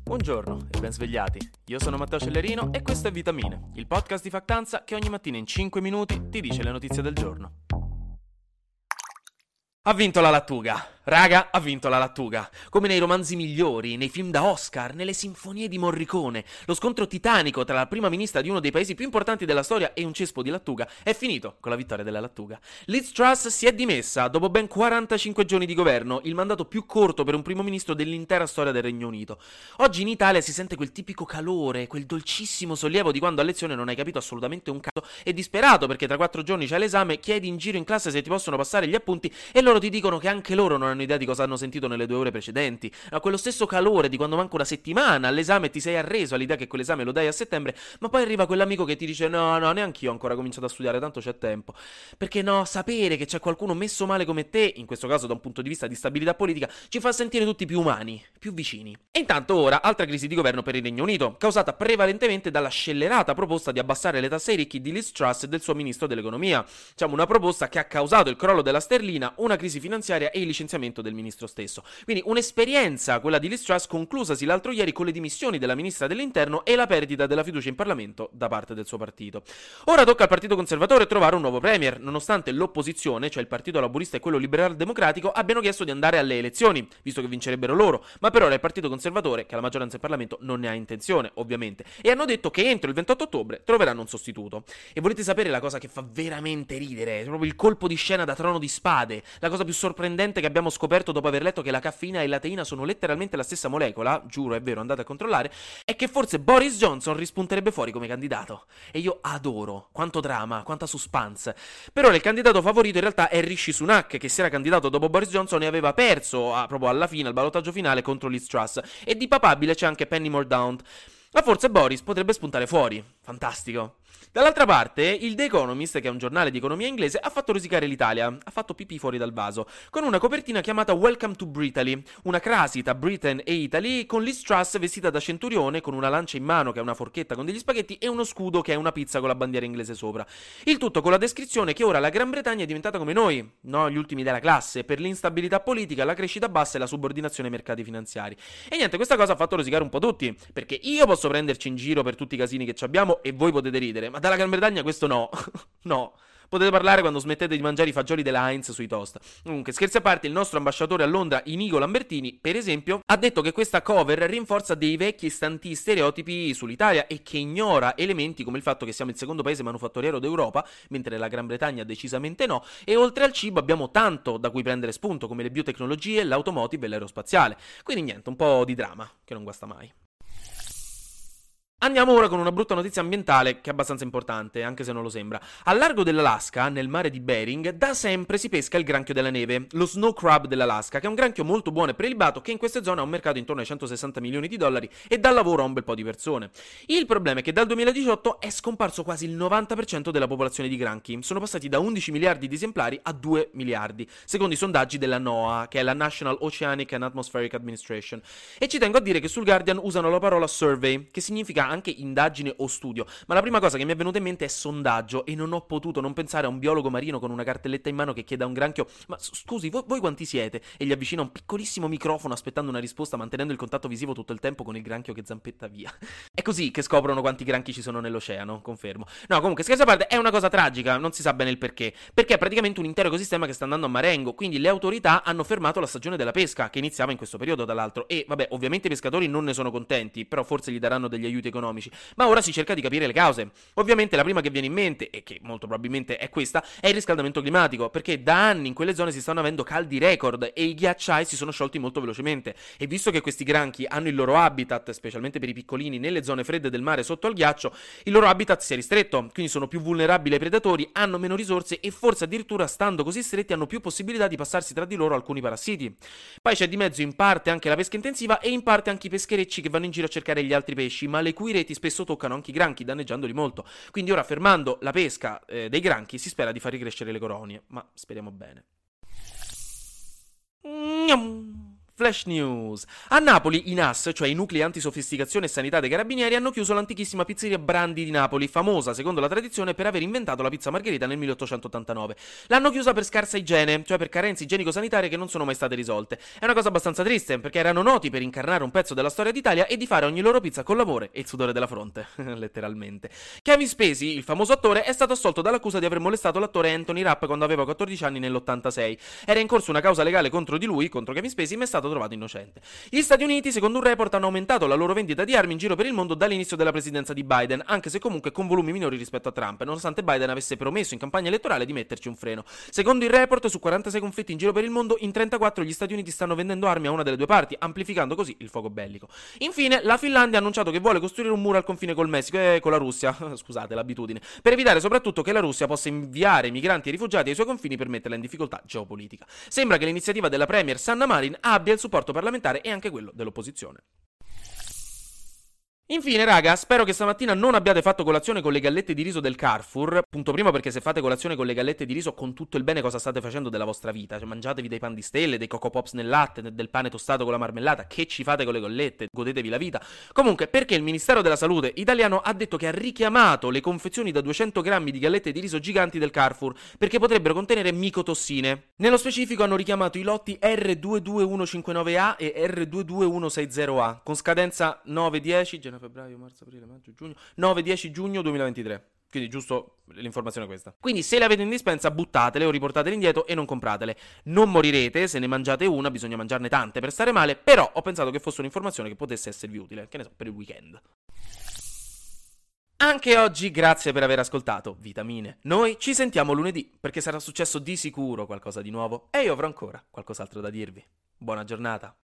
Buongiorno e ben svegliati. Io sono Matteo Cellerino e questo è Vitamine, il podcast di Factanza che ogni mattina in 5 minuti ti dice le notizie del giorno. Ha vinto la lattuga. Raga, ha vinto la lattuga. Come nei romanzi migliori, nei film da Oscar, nelle sinfonie di Morricone. Lo scontro titanico tra la prima ministra di uno dei paesi più importanti della storia e un cespo di lattuga è finito con la vittoria della lattuga. Liz Truss si è dimessa dopo ben 45 giorni di governo, il mandato più corto per un primo ministro dell'intera storia del Regno Unito. Oggi in Italia si sente quel tipico calore, quel dolcissimo sollievo di quando a lezione non hai capito assolutamente un cazzo e disperato perché tra 4 giorni c'è l'esame, chiedi in giro in classe se ti possono passare gli appunti e loro ti dicono che anche loro non hanno idea di cosa hanno sentito nelle 2 ore precedenti. A quello stesso calore di quando manca una settimana all'esame ti sei arreso all'idea che quell'esame lo dai a settembre, ma poi arriva quell'amico che ti dice no, neanch'io ho ancora cominciato a studiare, tanto c'è tempo. Perché no, sapere che c'è qualcuno messo male come te, in questo caso da un punto di vista di stabilità politica, ci fa sentire tutti più umani, più vicini. E intanto ora, altra crisi di governo per il Regno Unito, causata prevalentemente dalla scellerata proposta di abbassare le tasse ai ricchi di Liz Truss e del suo ministro dell'economia. Diciamo una proposta che ha causato il crollo della sterlina, una crisi finanziaria e il licenziamento del ministro stesso. Quindi un'esperienza, quella di Liz Truss, conclusasi l'altro ieri con le dimissioni della ministra dell'interno e la perdita della fiducia in Parlamento da parte del suo partito. Ora tocca al Partito Conservatore trovare un nuovo premier, nonostante l'opposizione, cioè il Partito Laburista e quello Liberal Democratico, abbiano chiesto di andare alle elezioni, visto che vincerebbero loro, ma per ora il Partito Conservatore, che ha la maggioranza in Parlamento, non ne ha intenzione, ovviamente, e hanno detto che entro il 28 ottobre troveranno un sostituto. E volete sapere la cosa che fa veramente ridere? Proprio il colpo di scena da Trono di Spade, la cosa più sorprendente che abbiamo scoperto dopo aver letto che la caffeina e la teina sono letteralmente la stessa molecola, giuro, è vero, andate a controllare, è che forse Boris Johnson rispunterebbe fuori come candidato. E io adoro, quanto drama, quanta suspense. Per ora il candidato favorito in realtà è Rishi Sunak, che si era candidato dopo Boris Johnson e aveva perso proprio alla fine, al ballottaggio finale contro Liz Truss. E di papabile c'è anche Penny Mordaunt. Ma forse Boris potrebbe spuntare fuori. Fantastico. Dall'altra parte, il The Economist, che è un giornale di economia inglese, ha fatto rosicare l'Italia, ha fatto pipì fuori dal vaso, con una copertina chiamata Welcome to Britaly, una crasi tra Britain e Italy, con Liz Truss vestita da centurione, con una lancia in mano che è una forchetta con degli spaghetti e uno scudo che è una pizza con la bandiera inglese sopra. Il tutto con la descrizione che ora la Gran Bretagna è diventata come noi, no, gli ultimi della classe, per l'instabilità politica, la crescita bassa e la subordinazione ai mercati finanziari. E niente, questa cosa ha fatto rosicare un po' tutti, perché io posso prenderci in giro per tutti i casini che abbiamo e voi potete ridere, ma dalla Gran Bretagna questo no. No. Potete parlare quando smettete di mangiare i fagioli della Heinz sui toast. Comunque, scherzi a parte, il nostro ambasciatore a Londra, Inigo Lambertini, per esempio, ha detto che questa cover rinforza dei vecchi e stanti stereotipi sull'Italia e che ignora elementi come il fatto che siamo il secondo paese manufatturiero d'Europa, mentre la Gran Bretagna decisamente no, e oltre al cibo abbiamo tanto da cui prendere spunto, come le biotecnologie, l'automotive e l'aerospaziale. Quindi niente, un po' di drama, che non guasta mai. Andiamo ora con una brutta notizia ambientale che è abbastanza importante, anche se non lo sembra. Al largo dell'Alaska, nel mare di Bering, da sempre si pesca il granchio della neve, lo snow crab dell'Alaska, che è un granchio molto buono e prelibato che in queste zone ha un mercato intorno ai 160 milioni di dollari e dà lavoro a un bel po' di persone. Il problema è che dal 2018 è scomparso quasi il 90% della popolazione di granchi. Sono passati da 11 miliardi di esemplari a 2 miliardi, secondo i sondaggi della NOAA, che è la National Oceanic and Atmospheric Administration. E ci tengo a dire che sul Guardian usano la parola survey, che significa anche indagine o studio, ma la prima cosa che mi è venuta in mente è sondaggio e non ho potuto non pensare a un biologo marino con una cartelletta in mano che chiede a un granchio ma scusi, voi quanti siete? E gli avvicina un piccolissimo microfono aspettando una risposta, mantenendo il contatto visivo tutto il tempo con il granchio che zampetta via. È così che scoprono quanti granchi ci sono nell'oceano, confermo. No, comunque, scherzi a parte, è una cosa tragica, non si sa bene il perché è praticamente un intero ecosistema che sta andando a marengo, quindi le autorità hanno fermato la stagione della pesca, che iniziava in questo periodo tra l'altro, e vabbè, ovviamente i pescatori non ne sono contenti, però forse gli daranno degli aiuti economici. Ma ora si cerca di capire le cause. Ovviamente la prima che viene in mente, e che molto probabilmente è questa, è il riscaldamento climatico, perché da anni in quelle zone si stanno avendo caldi record e i ghiacciai si sono sciolti molto velocemente. E visto che questi granchi hanno il loro habitat, specialmente per i piccolini, nelle zone fredde del mare sotto al ghiaccio, il loro habitat si è ristretto, quindi sono più vulnerabili ai predatori, hanno meno risorse e forse addirittura stando così stretti hanno più possibilità di passarsi tra di loro alcuni parassiti. Poi c'è di mezzo in parte anche la pesca intensiva e in parte anche i pescherecci che vanno in giro a cercare gli altri pesci, ma le cui reti spesso toccano anche i granchi, danneggiandoli molto. Quindi ora, fermando la pesca dei granchi, si spera di far ricrescere le colonie, ma speriamo bene. Flash News. A Napoli i NAS, cioè i nuclei antisofisticazione e sanità dei carabinieri, hanno chiuso l'antichissima pizzeria Brandi di Napoli, famosa secondo la tradizione per aver inventato la pizza margherita nel 1889. L'hanno chiusa per scarsa igiene, cioè per carenze igienico-sanitarie che non sono mai state risolte. È una cosa abbastanza triste, perché erano noti per incarnare un pezzo della storia d'Italia e di fare ogni loro pizza con l'amore e il sudore della fronte, letteralmente. Kevin Spacey, il famoso attore, è stato assolto dall'accusa di aver molestato l'attore Anthony Rapp quando aveva 14 anni nell'86. Era in corso una causa legale contro di lui, contro Kevin Spacey, ma è stato trovato innocente. Gli Stati Uniti, secondo un report, hanno aumentato la loro vendita di armi in giro per il mondo dall'inizio della presidenza di Biden, anche se comunque con volumi minori rispetto a Trump, nonostante Biden avesse promesso in campagna elettorale di metterci un freno. Secondo il report, su 46 conflitti in giro per il mondo, in 34 gli Stati Uniti stanno vendendo armi a una delle due parti, amplificando così il fuoco bellico. Infine, la Finlandia ha annunciato che vuole costruire un muro al confine col Messico e con la Russia, scusate l'abitudine, per evitare soprattutto che la Russia possa inviare migranti e rifugiati ai suoi confini per metterla in difficoltà geopolitica. Sembra che l'iniziativa della premier Sanna Marin abbia il supporto parlamentare e anche quello dell'opposizione. Infine, raga, spero che stamattina non abbiate fatto colazione con le gallette di riso del Carrefour. Punto primo, perché se fate colazione con le gallette di riso, con tutto il bene cosa state facendo della vostra vita? Cioè, mangiatevi dei pan di stelle, dei Coco Pops nel latte, del pane tostato con la marmellata. Che ci fate con le gallette? Godetevi la vita. Comunque, perché il Ministero della Salute italiano ha detto che ha richiamato le confezioni da 200 grammi di gallette di riso giganti del Carrefour, perché potrebbero contenere micotossine. Nello specifico hanno richiamato i lotti R22159A e R22160A, con scadenza 9-10, gennaio, febbraio, marzo, aprile, maggio, giugno, 9-10 giugno 2023. Quindi giusto l'informazione è questa. Quindi se le avete in dispensa buttatele o riportatele indietro e non compratele. Non morirete, se ne mangiate una, bisogna mangiarne tante per stare male, però ho pensato che fosse un'informazione che potesse esservi utile, che ne so, per il weekend. Anche oggi grazie per aver ascoltato Vitamine. Noi ci sentiamo lunedì, perché sarà successo di sicuro qualcosa di nuovo e io avrò ancora qualcos'altro da dirvi. Buona giornata.